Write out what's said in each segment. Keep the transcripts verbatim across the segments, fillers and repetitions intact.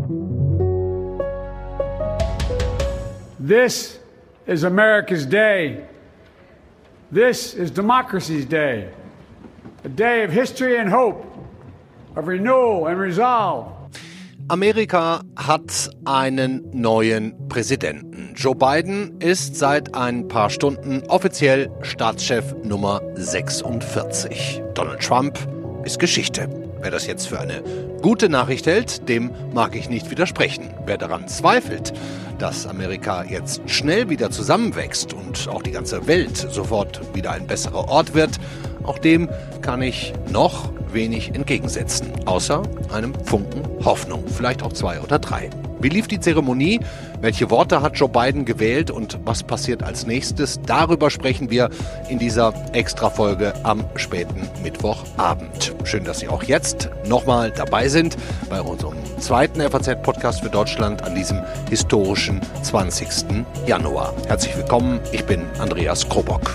This is America's day. This is democracy's day. A day of history and hope, of renewal and resolve. Amerika hat einen neuen Präsidenten. Joe Biden ist seit ein paar Stunden offiziell Staatschef Nummer sechsundvierzig. Donald Trump ist Geschichte. Wer das jetzt für eine gute Nachricht hält, dem mag ich nicht widersprechen. Wer daran zweifelt, dass Amerika jetzt schnell wieder zusammenwächst und auch die ganze Welt sofort wieder ein besserer Ort wird, auch dem kann ich noch wenig entgegensetzen, außer einem Funken Hoffnung, vielleicht auch zwei oder drei. Wie lief die Zeremonie? Welche Worte hat Joe Biden gewählt und was passiert als nächstes? Darüber sprechen wir in dieser Extra-Folge am späten Mittwochabend. Schön, dass Sie auch jetzt nochmal dabei sind bei unserem zweiten F A Z-Podcast für Deutschland an diesem historischen zwanzigsten Januar. Herzlich willkommen, ich bin Andreas Krobock.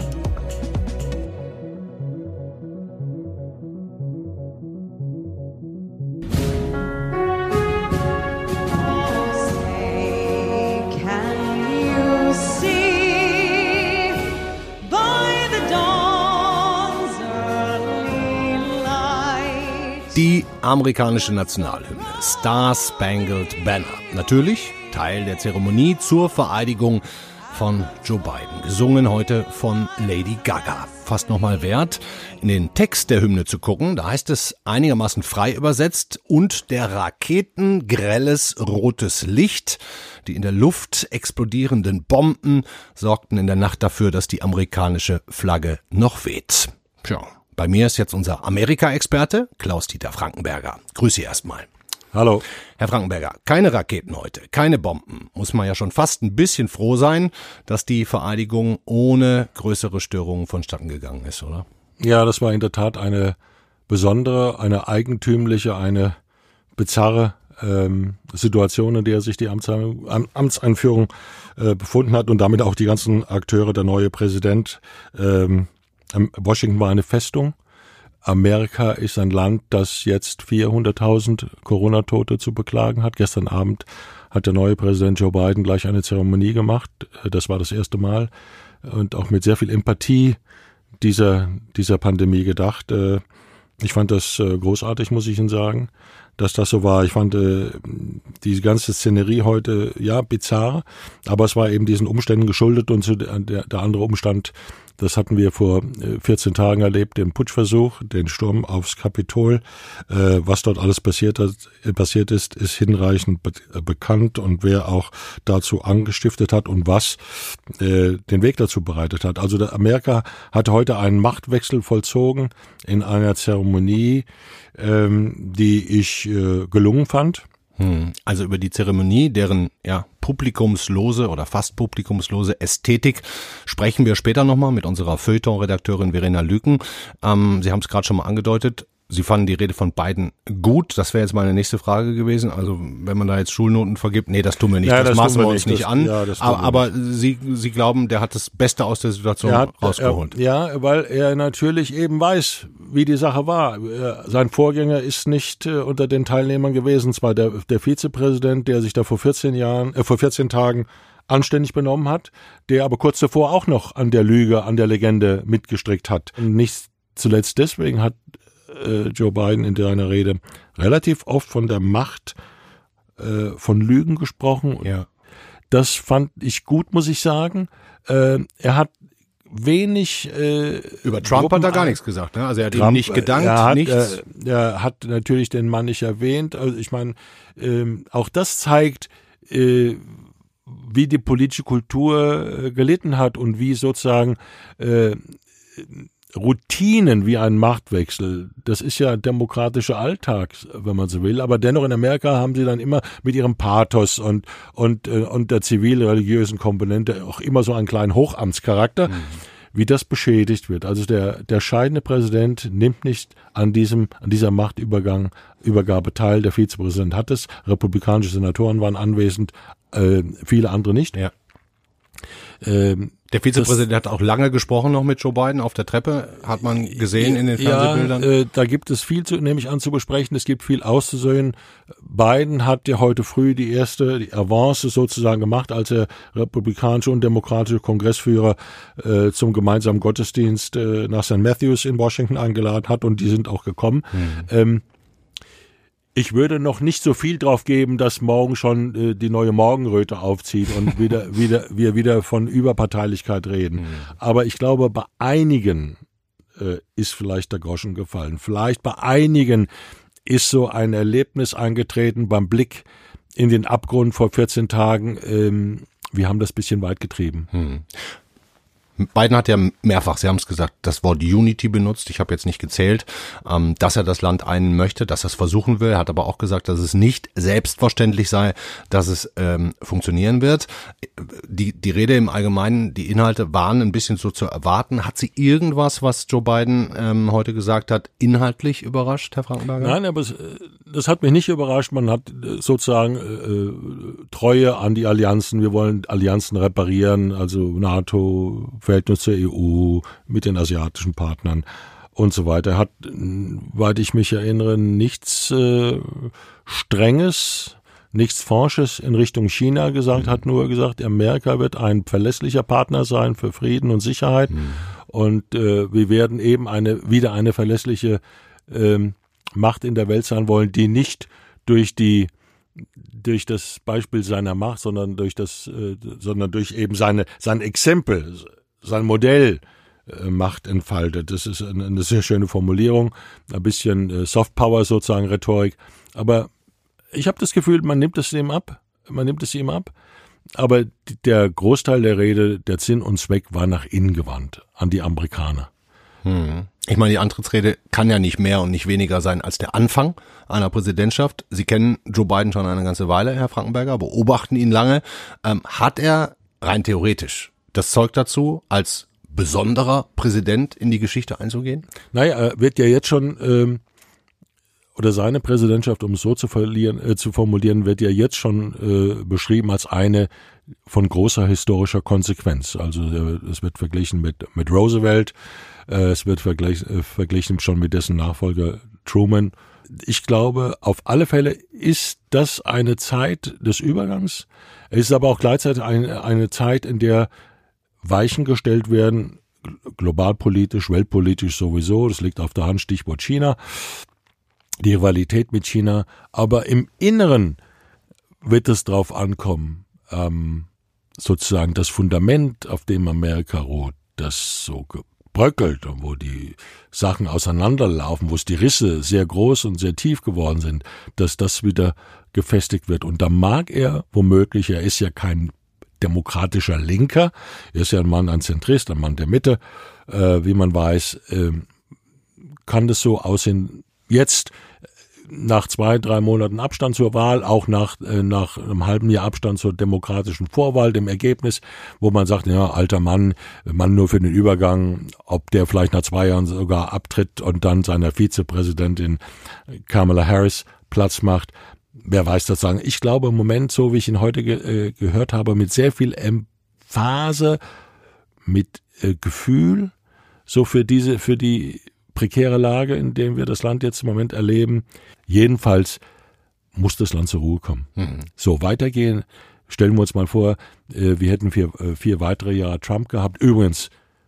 Die amerikanische Nationalhymne Star Spangled Banner. Natürlich Teil der Zeremonie zur Vereidigung von Joe Biden. Gesungen heute von Lady Gaga. Fast nochmal wert, in den Text der Hymne zu gucken. Da heißt es einigermaßen frei übersetzt: und der Raketen grelles rotes Licht. Die in der Luft explodierenden Bomben sorgten in der Nacht dafür, dass die amerikanische Flagge noch weht. Tja. Bei mir ist jetzt unser Amerika-Experte Klaus-Dieter Frankenberger. Grüße Sie erstmal. Hallo. Herr Frankenberger, keine Raketen heute, keine Bomben. Muss man ja schon fast ein bisschen froh sein, dass die Vereidigung ohne größere Störungen vonstatten gegangen ist, oder? Ja, das war in der Tat eine besondere, eine eigentümliche, eine bizarre ähm, Situation, in der sich die Amtsein- Am- Amtseinführung äh, befunden hat und damit auch die ganzen Akteure, der neue Präsident. Ähm, Washington war eine Festung. Amerika ist ein Land, das jetzt vierhunderttausend Corona-Tote zu beklagen hat. Gestern Abend hat der neue Präsident Joe Biden gleich eine Zeremonie gemacht. Das war das erste Mal. Und auch mit sehr viel Empathie dieser, dieser Pandemie gedacht. Ich fand das großartig, muss ich Ihnen sagen, dass das so war. Ich fand die ganze Szenerie heute, ja, bizarr. Aber es war eben diesen Umständen geschuldet und der, der andere Umstand, das hatten wir vor vierzehn Tagen erlebt, den Putschversuch, den Sturm aufs Kapitol. Äh, was dort alles passiert hat, passiert ist, ist hinreichend be- bekannt und wer auch dazu angestiftet hat und was äh, den Weg dazu bereitet hat. Also der Amerika hat heute einen Machtwechsel vollzogen in einer Zeremonie, ähm, die ich äh, gelungen fand. Hm. Also über die Zeremonie, deren ja publikumslose oder fast publikumslose Ästhetik sprechen wir später nochmal mit unserer Feuilleton-Redakteurin Verena Lüken. Ähm, Sie haben es gerade schon mal angedeutet. Sie fanden die Rede von Biden gut. Das wäre jetzt meine nächste Frage gewesen. Also wenn man da jetzt Schulnoten vergibt, nee, das tun wir nicht. Ja, das, das maßen wir uns nicht, nicht an. Ja, aber aber Sie, Sie glauben, der hat das Beste aus der Situation hat, rausgeholt. Er, ja, weil er natürlich eben weiß, wie die Sache war. Sein Vorgänger ist nicht äh, unter den Teilnehmern gewesen. Zwar der, der Vizepräsident, der sich da vor vierzehn Jahren, äh, vor vierzehn Tagen anständig benommen hat, der aber kurz davor auch noch an der Lüge, an der Legende mitgestrickt hat. Und nicht zuletzt deswegen hat Joe Biden in seiner Rede relativ oft von der Macht äh, von Lügen gesprochen. Ja. Das fand ich gut, muss ich sagen. Äh, er hat wenig äh, über Trump Gruppen hat er gar nichts gesagt, ne? Also er hat Trump, ihm nicht gedankt, er hat, nichts. Äh, er hat natürlich den Mann nicht erwähnt. Also ich meine, äh, auch das zeigt, äh, wie die politische Kultur äh, gelitten hat und wie sozusagen äh, Routinen wie ein Machtwechsel, das ist ja demokratischer Alltag, wenn man so will, aber dennoch in Amerika haben sie dann immer mit ihrem Pathos und und und der zivil-religiösen Komponente auch immer so einen kleinen Hochamtscharakter, mhm. wie das beschädigt wird. Also der der scheidende Präsident nimmt nicht an diesem an dieser Machtübergang Übergabe teil, der Vizepräsident hat es, republikanische Senatoren waren anwesend, äh, viele andere nicht. Ja. Ähm, Der Vizepräsident hat auch lange gesprochen noch mit Joe Biden auf der Treppe, hat man gesehen in den Fernsehbildern. Ja, äh, da gibt es viel, zu, nehme ich an, zu besprechen. Es gibt viel auszusehen. Biden hat ja heute früh die erste die Avance sozusagen gemacht, als er republikanische und demokratische Kongressführer äh, zum gemeinsamen Gottesdienst äh, nach Saint Matthews in Washington eingeladen hat, und die sind auch gekommen. Mhm. Ähm, Ich würde noch nicht so viel drauf geben, dass morgen schon äh, die neue Morgenröte aufzieht und wieder, wieder, wir wieder von Überparteilichkeit reden. Mhm. Aber ich glaube, bei einigen äh, ist vielleicht der Groschen gefallen. Vielleicht bei einigen ist so ein Erlebnis eingetreten beim Blick in den Abgrund vor vierzehn Tagen. Ähm, wir haben das bisschen weit getrieben. Mhm. Biden hat ja mehrfach, Sie haben es gesagt, das Wort Unity benutzt. Ich habe jetzt nicht gezählt, ähm, dass er das Land einen möchte, dass er es versuchen will. Hat aber auch gesagt, dass es nicht selbstverständlich sei, dass es ähm, funktionieren wird. Die die Rede im Allgemeinen, die Inhalte waren ein bisschen so zu erwarten. Hat Sie irgendwas, was Joe Biden ähm, heute gesagt hat, inhaltlich überrascht, Herr Frankenberger? Nein, aber es, das hat mich nicht überrascht. Man hat sozusagen äh, Treue an die Allianzen. Wir wollen Allianzen reparieren, also NATO, Verhältnis zur E U, mit den asiatischen Partnern und so weiter. Er hat, soweit ich mich erinnere, nichts äh, Strenges, nichts Forsches in Richtung China gesagt, mhm. hat nur gesagt, Amerika wird ein verlässlicher Partner sein für Frieden und Sicherheit, mhm. und äh, wir werden eben eine wieder eine verlässliche ähm, Macht in der Welt sein wollen, die nicht durch die durch das Beispiel seiner Macht, sondern durch das, äh, sondern durch eben seine sein Exempel, sein Modell äh, Macht entfaltet. Das ist eine, eine sehr schöne Formulierung, ein bisschen äh, Softpower sozusagen, Rhetorik. Aber ich habe das Gefühl, man nimmt es ihm ab, man nimmt es ihm ab. Aber der Großteil der Rede, der Sinn und Zweck war nach innen gewandt, an die Amerikaner. Hm. Ich meine, die Antrittsrede kann ja nicht mehr und nicht weniger sein als der Anfang einer Präsidentschaft. Sie kennen Joe Biden schon eine ganze Weile, Herr Frankenberger, beobachten ihn lange. Ähm, hat er rein theoretisch das Zeug dazu, als besonderer Präsident in die Geschichte einzugehen? Naja, er wird ja jetzt schon, ähm, oder seine Präsidentschaft, um es so zu, verlieren, äh, zu formulieren, wird ja jetzt schon äh, beschrieben als eine von großer historischer Konsequenz. Also äh, es wird verglichen mit, mit Roosevelt, äh, es wird vergleich, äh, verglichen schon mit dessen Nachfolger Truman. Ich glaube, auf alle Fälle ist das eine Zeit des Übergangs. Es ist aber auch gleichzeitig eine, eine Zeit, in der Weichen gestellt werden, globalpolitisch, weltpolitisch sowieso, das liegt auf der Hand, Stichwort China, die Rivalität mit China, aber im Inneren wird es drauf ankommen, ähm, sozusagen das Fundament, auf dem Amerika ruht, das so gebröckelt und wo die Sachen auseinanderlaufen, wo es die Risse sehr groß und sehr tief geworden sind, dass das wieder gefestigt wird. Und da mag er womöglich, er ist ja kein demokratischer Linker, er ist ja ein Mann, ein Zentrist, ein Mann der Mitte, äh, wie man weiß, äh, kann das so aussehen, jetzt nach zwei, drei Monaten Abstand zur Wahl, auch nach, äh, nach einem halben Jahr Abstand zur demokratischen Vorwahl, dem Ergebnis, wo man sagt, ja, alter Mann, Mann nur für den Übergang, ob der vielleicht nach zwei Jahren sogar abtritt und dann seiner Vizepräsidentin Kamala Harris Platz macht. Wer weiß das sagen. Ich glaube im Moment, so wie ich ihn heute ge- äh, gehört habe, mit sehr viel Emphase, mit äh, Gefühl, so für diese, für die prekäre Lage, in der wir das Land jetzt im Moment erleben. Jedenfalls muss das Land zur Ruhe kommen. Mhm. So, weitergehen. Stellen wir uns mal vor, äh, wir hätten vier, äh, vier weitere Jahre Trump gehabt. Übrigens,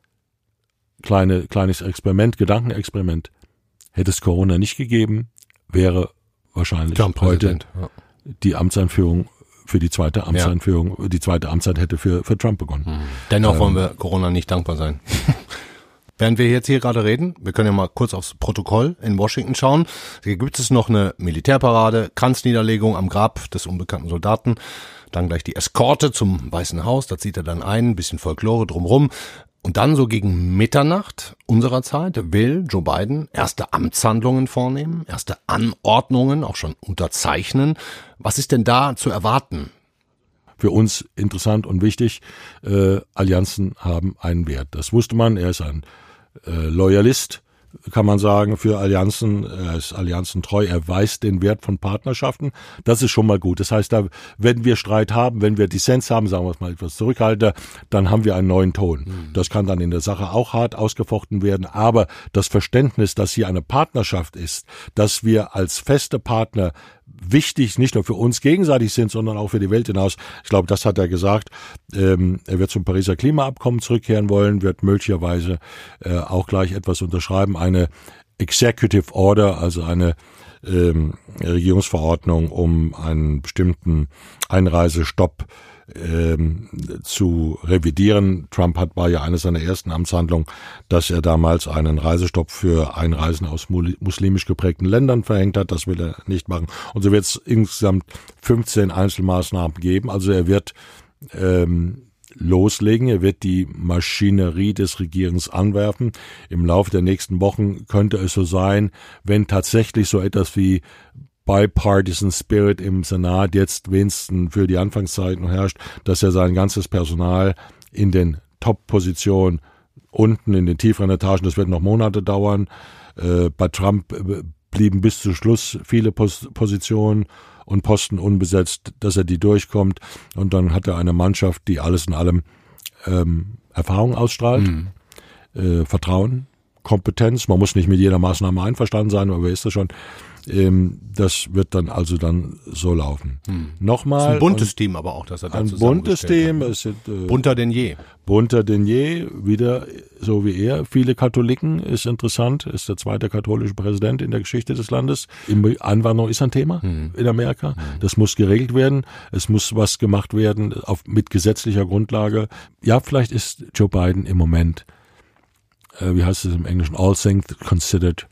kleine, kleines Experiment, Gedankenexperiment. Hätte es Corona nicht gegeben, wäre wahrscheinlich heute ja. die Amtseinführung für die zweite Amtseinführung, ja. die zweite Amtszeit hätte für, für Trump begonnen. Mhm. Dennoch ähm, wollen wir Corona nicht dankbar sein. Während wir jetzt hier gerade reden, wir können ja mal kurz aufs Protokoll in Washington schauen. Hier gibt es noch eine Militärparade, Kranzniederlegung am Grab des unbekannten Soldaten, dann gleich die Eskorte zum Weißen Haus, da zieht er dann ein, ein bisschen Folklore drumrum. Und dann so gegen Mitternacht unserer Zeit will Joe Biden erste Amtshandlungen vornehmen, erste Anordnungen auch schon unterzeichnen. Was ist denn da zu erwarten? Für uns interessant und wichtig, äh, Allianzen haben einen Wert. Das wusste man, er ist ein äh, Loyalist kann man sagen, für Allianzen, er ist allianzentreu, er weiß den Wert von Partnerschaften. Das ist schon mal gut. Das heißt, da, wenn wir Streit haben, wenn wir Dissens haben, sagen wir es mal etwas zurückhaltender, dann haben wir einen neuen Ton. Mhm. Das kann dann in der Sache auch hart ausgefochten werden. Aber das Verständnis, dass hier eine Partnerschaft ist, dass wir als feste Partner wichtig nicht nur für uns gegenseitig sind, sondern auch für die Welt hinaus. Ich glaube, das hat er gesagt. Ähm, er wird zum Pariser Klimaabkommen zurückkehren wollen, wird möglicherweise äh, auch gleich etwas unterschreiben, eine Executive Order, also eine ähm, Regierungsverordnung, um einen bestimmten Einreisestopp ähm, zu revidieren. Trump hat war ja eine seiner ersten Amtshandlungen, dass er damals einen Reisestopp für Einreisen aus muslimisch geprägten Ländern verhängt hat. Das will er nicht machen. Und so wird es insgesamt fünfzehn Einzelmaßnahmen geben. Also er wird ähm, loslegen. Er wird die Maschinerie des Regierens anwerfen. Im Laufe der nächsten Wochen könnte es so sein, wenn tatsächlich so etwas wie Bipartisan Spirit im Senat jetzt wenigstens für die Anfangszeit noch herrscht, dass er sein ganzes Personal in den Top-Positionen unten in den tieferen Etagen, das wird noch Monate dauern. Äh, bei Trump blieben bis zum Schluss viele Pos- Positionen und Posten unbesetzt, dass er die durchkommt. Und dann hat er eine Mannschaft, die alles in allem ähm, Erfahrung ausstrahlt, mhm. äh, Vertrauen, Kompetenz. Man muss nicht mit jeder Maßnahme einverstanden sein, aber wer ist das schon? Ähm, das wird dann also dann so laufen. Hm. Nochmal. Das ist ein buntes und, Team aber auch, dass er da Ein buntes Team. Es sind, äh, bunter denn je. Bunter denn je. Wieder so wie er. Viele Katholiken, ist interessant. Ist der zweite katholische Präsident in der Geschichte des Landes. Einwanderung ist ein Thema hm. in Amerika. Hm. Das muss geregelt werden. Es muss was gemacht werden auf, mit gesetzlicher Grundlage. Ja, vielleicht ist Joe Biden im Moment, äh, wie heißt es im Englischen, all things considered,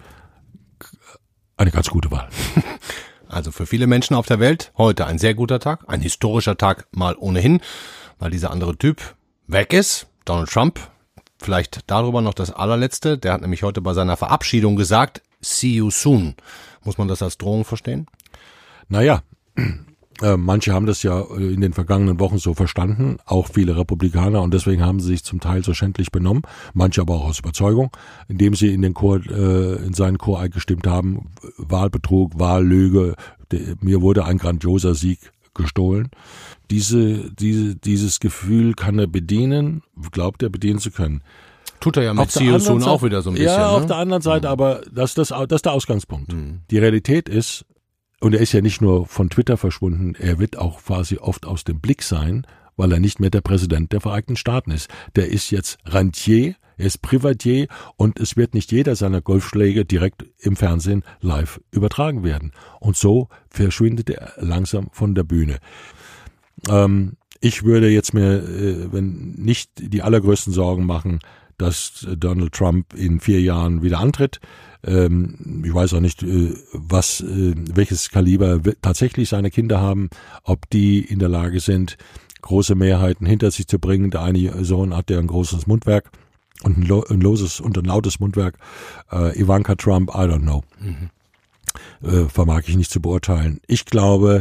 eine ganz gute Wahl. Also für viele Menschen auf der Welt heute ein sehr guter Tag, ein historischer Tag mal ohnehin, weil dieser andere Typ weg ist, Donald Trump. Vielleicht darüber noch das allerletzte, der hat nämlich heute bei seiner Verabschiedung gesagt, see you soon. Muss man das als Drohung verstehen? Naja, äh, manche haben das ja in den vergangenen Wochen so verstanden, auch viele Republikaner, und deswegen haben sie sich zum Teil so schändlich benommen, manche aber auch aus Überzeugung, indem sie in den Chor, äh, in seinen Chor eingestimmt haben, Wahlbetrug, Wahllüge, de, mir wurde ein grandioser Sieg gestohlen. Diese, diese, dieses Gefühl kann er bedienen, glaubt er bedienen zu können. Tut er ja mit See You Soon auch wieder so ein bisschen. Ja, ne? auf der anderen Seite, mhm. aber das, das, das ist der Ausgangspunkt. Mhm. Die Realität ist, und er ist ja nicht nur von Twitter verschwunden, er wird auch quasi oft aus dem Blick sein, weil er nicht mehr der Präsident der Vereinigten Staaten ist. Der ist jetzt Rentier, er ist Privatier und es wird nicht jeder seiner Golfschläge direkt im Fernsehen live übertragen werden. Und so verschwindet er langsam von der Bühne. Ähm, ich würde jetzt mir, äh, wenn nicht die allergrößten Sorgen machen, dass Donald Trump in vier Jahren wieder antritt. Ähm, ich weiß auch nicht, äh, was, äh, welches Kaliber tatsächlich seine Kinder haben, ob die in der Lage sind, große Mehrheiten hinter sich zu bringen. Der eine Sohn hat ja ein großes Mundwerk und ein, lo- ein loses und ein lautes Mundwerk. Äh, Ivanka Trump, I don't know. Mhm. Äh, vermag ich nicht zu beurteilen. Ich glaube,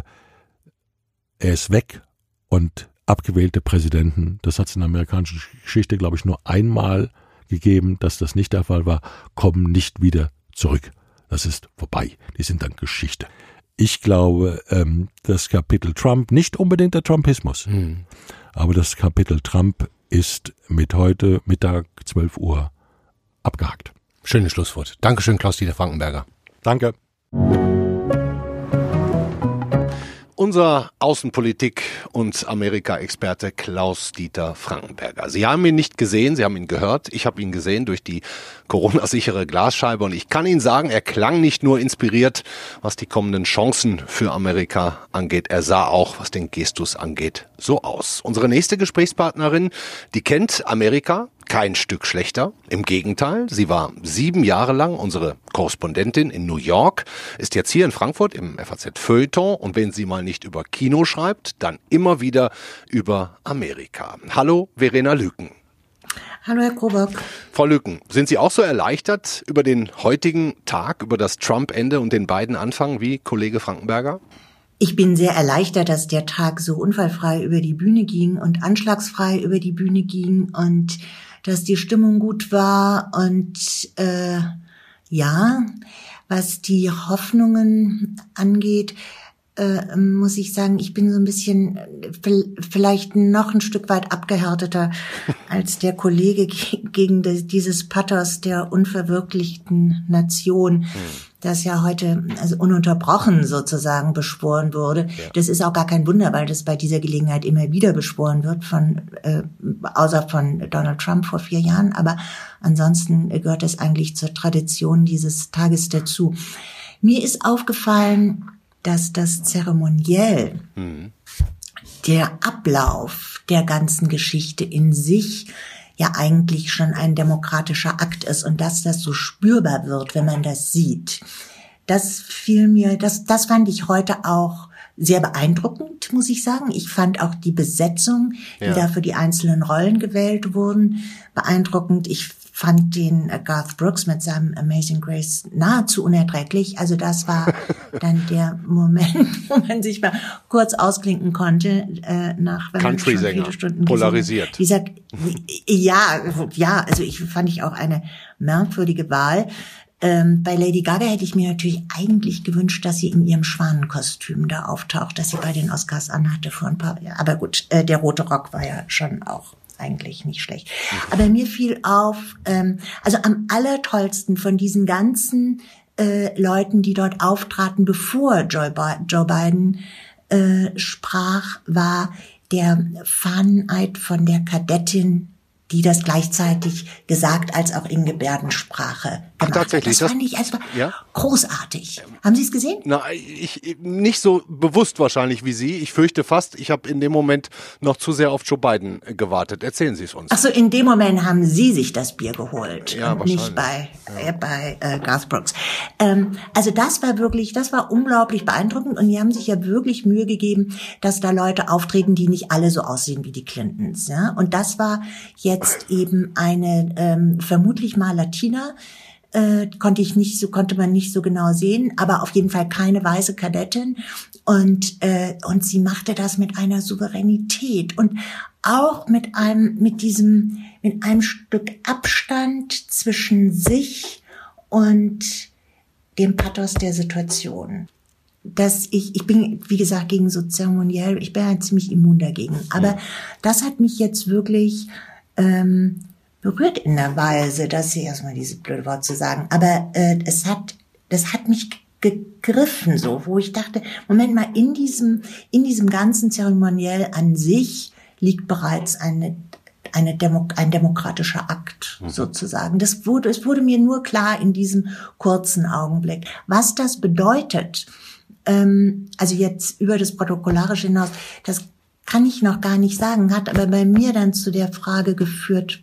er ist weg und abgewählte Präsidenten, das hat es in der amerikanischen Geschichte, glaube ich, nur einmal gegeben, dass das nicht der Fall war, kommen nicht wieder zurück. Das ist vorbei. Die sind dann Geschichte. Ich glaube, ähm, das Kapitel Trump, nicht unbedingt der Trumpismus, hm. aber das Kapitel Trump ist mit heute Mittag zwölf Uhr abgehakt. Schönes Schlusswort. Dankeschön, Klaus-Dieter Frankenberger. Danke. Unser Außenpolitik- und Amerika-Experte Klaus-Dieter Frankenberger. Sie haben ihn nicht gesehen, Sie haben ihn gehört. Ich habe ihn gesehen durch die Corona-sichere Glasscheibe. Und ich kann Ihnen sagen, er klang nicht nur inspiriert, was die kommenden Chancen für Amerika angeht. Er sah auch, was den Gestus angeht, so aus. Unsere nächste Gesprächspartnerin, die kennt Amerika kein Stück schlechter. Im Gegenteil, sie war sieben Jahre lang unsere Korrespondentin in New York, ist jetzt hier in Frankfurt im F A Z-Feuilleton und wenn sie mal nicht über Kino schreibt, dann immer wieder über Amerika. Hallo, Verena Lüken. Hallo, Herr Krobock. Frau Lüken, sind Sie auch so erleichtert über den heutigen Tag, über das Trump-Ende und den beiden Anfang wie Kollege Frankenberger? Ich bin sehr erleichtert, dass der Tag so unfallfrei über die Bühne ging und anschlagsfrei über die Bühne ging und dass die Stimmung gut war und äh, ja. Was die Hoffnungen angeht, äh, muss ich sagen, ich bin so ein bisschen vielleicht noch ein Stück weit abgehärteter als der Kollege gegen dieses Pathos der unverwirklichten Nation, das ja heute also ununterbrochen sozusagen beschworen wurde. Ja. Das ist auch gar kein Wunder, weil das bei dieser Gelegenheit immer wieder beschworen wird, von äh, außer von Donald Trump vor vier Jahren. Aber ansonsten gehört es eigentlich zur Tradition dieses Tages dazu. Mir ist aufgefallen, dass das zeremoniell, mhm. der Ablauf der ganzen Geschichte in sich ja eigentlich schon ein demokratischer Akt ist und dass das so spürbar wird, wenn man das sieht. Das fiel mir, das, das fand ich heute auch sehr beeindruckend, muss ich sagen. Ich fand auch die Besetzung, die ja. da für die einzelnen Rollen gewählt wurden, beeindruckend. Ich fand den äh, Garth Brooks mit seinem Amazing Grace nahezu unerträglich. Also das war dann der Moment, wo man sich mal kurz ausklinken konnte, äh, nach wenn man schon viele Stunden polarisiert. Dieser, ja, ja, also ich fand ich auch eine merkwürdige Wahl. Ähm, bei Lady Gaga hätte ich mir natürlich eigentlich gewünscht, dass sie in ihrem Schwanenkostüm da auftaucht, das sie bei den Oscars anhatte vor ein paar Jahren. Aber gut, äh, der rote Rock war ja schon auch eigentlich nicht schlecht. Aber mir fiel auf, ähm, also am allertollsten von diesen ganzen äh, Leuten, die dort auftraten, bevor Joe, Bi- Joe Biden äh, sprach, war der Fahneneid von der Kadettin, die das gleichzeitig gesagt als auch in Gebärdensprache gemacht Ach, tatsächlich, hat. Das fand ich also ja? großartig. Haben Sie es gesehen? Na, ich nicht so bewusst wahrscheinlich wie Sie. Ich fürchte fast, ich habe in dem Moment noch zu sehr auf Joe Biden gewartet. Erzählen Sie es uns. Ach so, in dem Moment haben Sie sich das Bier geholt ja, und nicht bei ja. äh, bei äh, Garth Brooks. Ähm, also das war wirklich, das war unglaublich beeindruckend und die haben sich ja wirklich Mühe gegeben, dass da Leute auftreten, die nicht alle so aussehen wie die Clintons. Ja, und das war jetzt eben eine ähm, vermutlich mal Latina, äh, konnte ich nicht so konnte man nicht so genau sehen, aber auf jeden Fall keine weiße Kadettin und äh, und sie machte das mit einer Souveränität und auch mit einem mit diesem mit einem Stück Abstand zwischen sich und dem Pathos der Situation. Dass ich, ich bin, wie gesagt, gegen so zeremoniell, ich bin ja ziemlich immun dagegen, aber das hat mich jetzt wirklich ähm, berührt in der Weise, dass sie erstmal dieses blöde Wort zu sagen, aber äh, es hat, das hat mich gegriffen, so, wo ich dachte, Moment mal, in diesem, in diesem ganzen Zeremoniell an sich liegt bereits eine, eine Demo, ein demokratischer Akt, mhm. sozusagen. Das wurde, es wurde mir nur klar in diesem kurzen Augenblick. Was das bedeutet, ähm, also jetzt über das Protokollarische hinaus, das kann ich noch gar nicht sagen, hat aber bei mir dann zu der Frage geführt,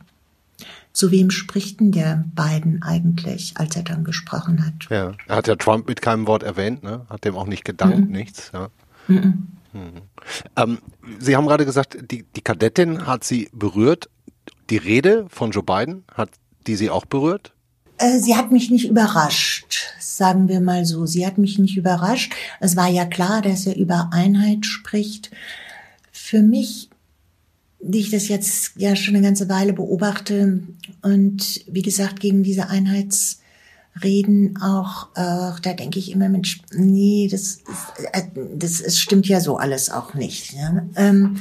zu wem spricht denn der Biden eigentlich, als er dann gesprochen hat? Ja, er hat ja Trump mit keinem Wort erwähnt, ne? Hat dem auch nicht gedankt, mhm. nichts. Ja. Mhm. Mhm. Ähm, Sie haben gerade gesagt, die, die Kadettin hat Sie berührt. Die Rede von Joe Biden, hat die Sie auch berührt? Äh, sie hat mich nicht überrascht, sagen wir mal so. Sie hat mich nicht überrascht. Es war ja klar, dass er über Einheit spricht. Für mich, die ich das jetzt ja schon eine ganze Weile beobachte und wie gesagt gegen diese Einheitsreden auch, äh, da denke ich immer, Mensch, nee, das, äh, das, das stimmt ja so alles auch nicht. Ja? Ähm,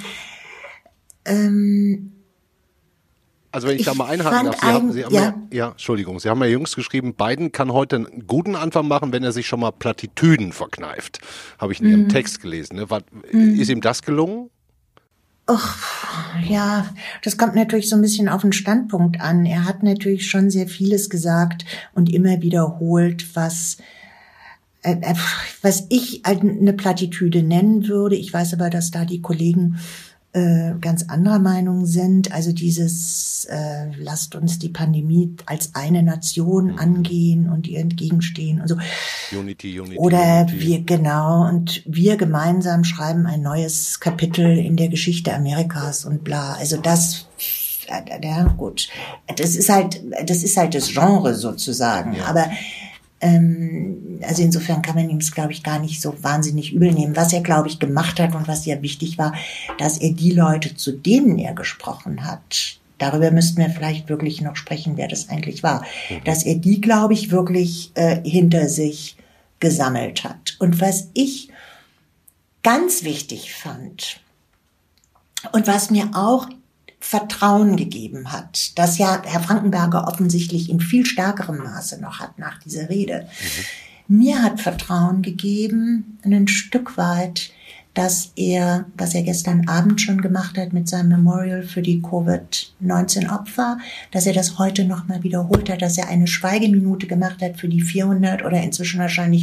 ähm, Also wenn ich, ich da mal einhaken darf, Sie haben, Sie haben ja. ja, ja, Entschuldigung, Sie haben ja jüngst geschrieben, Biden kann heute einen guten Anfang machen, wenn er sich schon mal Plattitüden verkneift. Habe ich in Ihrem mhm. Text gelesen. Ne? War, mhm. Ist ihm das gelungen? Och, ja, das kommt natürlich so ein bisschen auf den Standpunkt an. Er hat natürlich schon sehr vieles gesagt und immer wiederholt, was äh, was ich eine Plattitüde nennen würde. Ich weiß aber, dass da die Kollegen äh, ganz anderer Meinung sind. Also dieses äh, lasst uns die Pandemie als eine Nation mhm. angehen und ihr entgegenstehen und so. Unity, Unity. Oder Unity. wir, genau, und wir gemeinsam schreiben ein neues Kapitel in der Geschichte Amerikas und bla. Also das, ja gut, das ist halt, das ist halt das Genre sozusagen. Ja. Aber Ähm, also insofern kann man ihm es, glaube ich, gar nicht so wahnsinnig übel nehmen. Was er, glaube ich, gemacht hat und was ja wichtig war, dass er die Leute, zu denen er gesprochen hat, darüber müssten wir vielleicht wirklich noch sprechen, wer das eigentlich war, mhm. dass er die, glaube ich, wirklich äh, hinter sich gesammelt hat. Und was ich ganz wichtig fand und was mir auch Vertrauen gegeben hat, das ja Herr Frankenberger offensichtlich in viel stärkerem Maße noch hat nach dieser Rede. Mhm. Mir hat Vertrauen gegeben, ein Stück weit, dass er, was er gestern Abend schon gemacht hat mit seinem Memorial für die Covid neunzehn Opfer, dass er das heute nochmal wiederholt hat, dass er eine Schweigeminute gemacht hat für die vierhundert oder inzwischen wahrscheinlich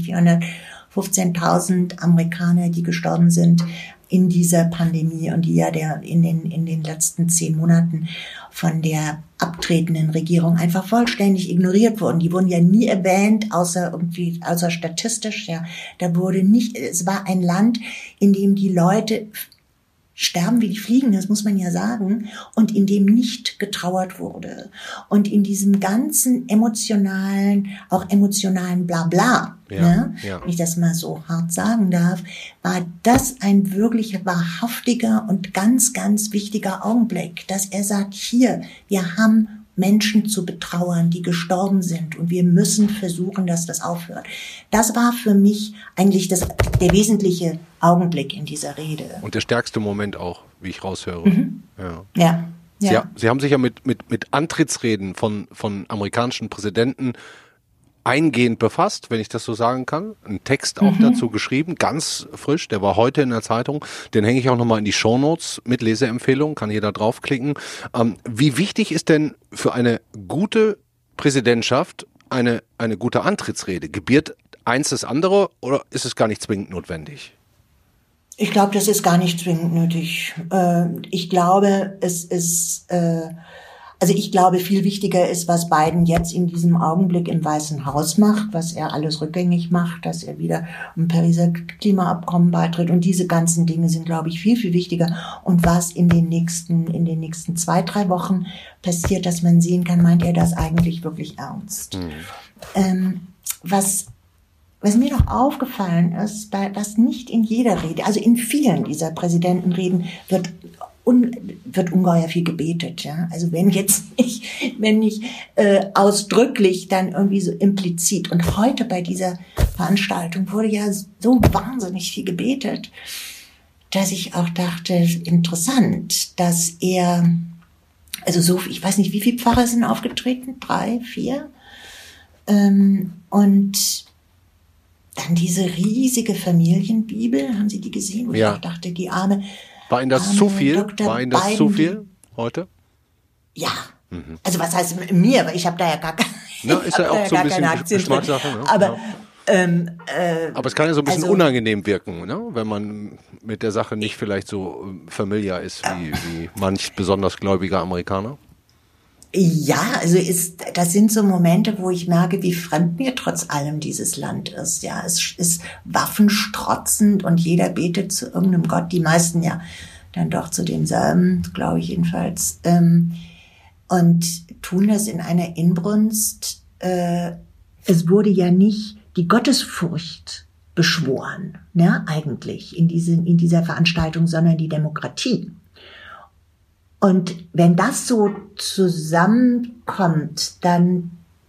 vierhundertfünfzehntausend Amerikaner, die gestorben sind in dieser Pandemie und die ja der in den in den letzten zehn Monaten von der abtretenden Regierung einfach vollständig ignoriert wurden. Die wurden ja nie erwähnt, außer irgendwie, außer statistisch, ja. Da wurde nicht, es war ein Land, in dem die Leute sterben wie die Fliegen, das muss man ja sagen, und in dem nicht getrauert wurde. Und in diesem ganzen emotionalen, auch emotionalen Blabla, ja, ne, ja. wenn ich das mal so hart sagen darf, war das ein wirklich wahrhaftiger und ganz, ganz wichtiger Augenblick, dass er sagt, hier, wir haben Menschen zu betrauern, die gestorben sind, und wir müssen versuchen, dass das aufhört. Das war für mich eigentlich das, der wesentliche Augenblick in dieser Rede. Und der stärkste Moment auch, wie ich raushöre. Mhm. Ja. Ja. Sie, ja. Sie haben sich ja mit, mit, mit Antrittsreden von, von amerikanischen Präsidenten eingehend befasst, wenn ich das so sagen kann. Einen Text auch mhm. dazu geschrieben, ganz frisch, der war heute in der Zeitung. Den hänge ich auch nochmal in die Shownotes mit Leseempfehlungen, kann jeder draufklicken. Ähm, wie wichtig ist denn für eine gute Präsidentschaft eine, eine gute Antrittsrede? Gebiert eins das andere oder ist es gar nicht zwingend notwendig? Ich glaube, das ist gar nicht zwingend nötig. Äh, ich glaube, es ist... Äh Also ich glaube, viel wichtiger ist, was Biden jetzt in diesem Augenblick im Weißen Haus macht, was er alles rückgängig macht, dass er wieder im Pariser Klimaabkommen beitritt. Und diese ganzen Dinge sind, glaube ich, viel, viel wichtiger. Und was in den nächsten, in den nächsten zwei, drei Wochen passiert, dass man sehen kann, meint er das eigentlich wirklich ernst. Mhm. Ähm, was Was mir noch aufgefallen ist, dass nicht in jeder Rede, also in vielen dieser Präsidentenreden wird Un, wird ungeheuer viel gebetet, ja. Also wenn jetzt nicht, wenn nicht äh, ausdrücklich, dann irgendwie so implizit. Und heute bei dieser Veranstaltung wurde ja so wahnsinnig viel gebetet, dass ich auch dachte, interessant, dass er, also so, ich weiß nicht, wie viele Pfarrer sind aufgetreten? Drei, vier? Ähm, und dann diese riesige Familienbibel, haben Sie die gesehen? Wo ja. ich auch dachte, die arme... War Ihnen das um, zu viel? Doktor War Ihnen das Biden, zu viel heute? Ja. Mhm. Also was heißt mir? Weil ich habe da ja gar, Na, ist ja auch so ein bisschen Geschmackssache. Ne? Aber, ja. ähm, äh, Aber es kann ja so ein bisschen also, unangenehm wirken, ne? Wenn man mit der Sache nicht vielleicht so familiar ist wie, wie manch besonders gläubiger Amerikaner. Ja, also ist, das sind so Momente, wo ich merke, wie fremd mir trotz allem dieses Land ist. Ja, es ist waffenstrotzend und jeder betet zu irgendeinem Gott. Die meisten ja dann doch zu demselben, glaube ich jedenfalls. Und tun das in einer Inbrunst. Es wurde ja nicht die Gottesfurcht beschworen, ne, eigentlich in diesen, in dieser Veranstaltung, sondern die Demokratie. Und wenn das so zusammenkommt, dann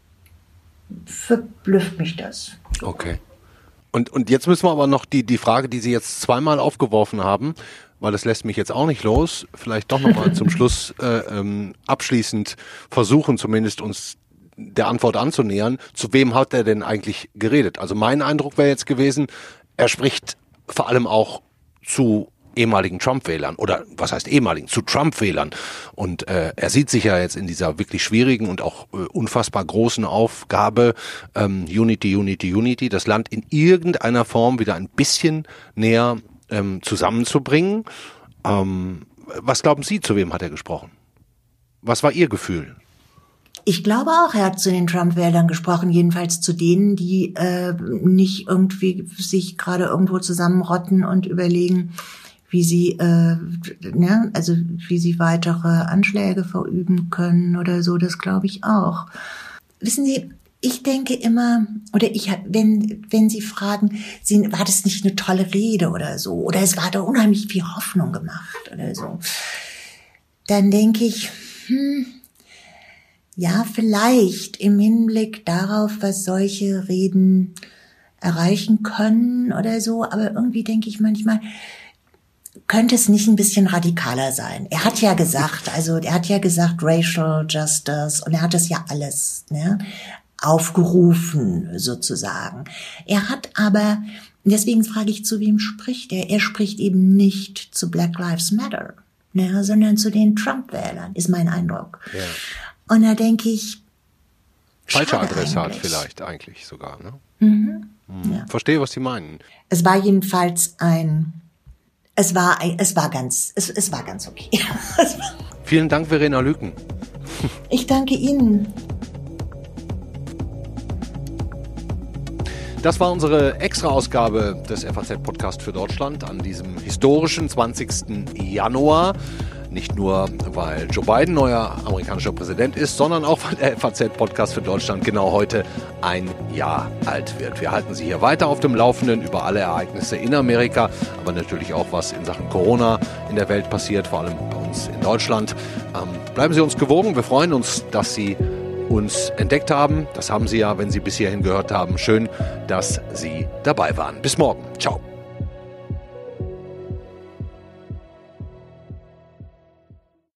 verblüfft mich das. Okay. Und, und jetzt müssen wir aber noch die, die Frage, die Sie jetzt zweimal aufgeworfen haben, weil das lässt mich jetzt auch nicht los, vielleicht doch nochmal zum Schluss äh, ähm, abschließend versuchen, zumindest uns der Antwort anzunähern. Zu wem hat er denn eigentlich geredet? Also mein Eindruck wäre jetzt gewesen, er spricht vor allem auch zu ehemaligen Trump-Wählern oder was heißt ehemaligen, zu Trump-Wählern. Und äh, er sieht sich ja jetzt in dieser wirklich schwierigen und auch äh, unfassbar großen Aufgabe, ähm, Unity, Unity, Unity, das Land in irgendeiner Form wieder ein bisschen näher ähm, zusammenzubringen. Ähm, was glauben Sie, zu wem hat er gesprochen? Was war Ihr Gefühl? Ich glaube auch, er hat zu den Trump-Wählern gesprochen, jedenfalls zu denen, die äh, nicht irgendwie sich gerade irgendwo zusammenrotten und überlegen, wie sie, äh, ne, also wie sie weitere Anschläge verüben können oder so, das glaube ich auch. Wissen Sie, ich denke immer, oder ich, wenn wenn Sie fragen, war das nicht eine tolle Rede oder so, oder es war da unheimlich viel Hoffnung gemacht oder so, dann denke ich, Hm. Ja, vielleicht im Hinblick darauf, was solche Reden erreichen können oder so. Aber irgendwie denke ich manchmal, könnte es nicht ein bisschen radikaler sein? Er hat ja gesagt, also er hat ja gesagt Racial Justice und er hat das ja alles, ne, aufgerufen sozusagen. Er hat aber, deswegen frage ich, zu wem spricht er? Er spricht eben nicht zu Black Lives Matter, ne, sondern zu den Trump-Wählern, ist mein Eindruck. Ja. Und da denke ich, falscher Adressat vielleicht eigentlich sogar, ne? Mhm. Hm. Ja. Verstehe, was Sie meinen. Es war jedenfalls ein, es war, ein, es war ganz, es, es war ganz okay. Vielen Dank, Verena Lüken. Ich danke Ihnen. Das war unsere Extra-Ausgabe des F A Z-Podcast für Deutschland an diesem historischen zwanzigsten Januar. Nicht nur, weil Joe Biden neuer amerikanischer Präsident ist, sondern auch, weil der F A Z-Podcast für Deutschland genau heute ein Jahr alt wird. Wir halten Sie hier weiter auf dem Laufenden über alle Ereignisse in Amerika, aber natürlich auch, was in Sachen Corona in der Welt passiert, vor allem bei uns in Deutschland. Ähm, bleiben Sie uns gewogen. Wir freuen uns, dass Sie uns entdeckt haben. Das haben Sie ja, wenn Sie bis hierhin gehört haben. Schön, dass Sie dabei waren. Bis morgen. Ciao.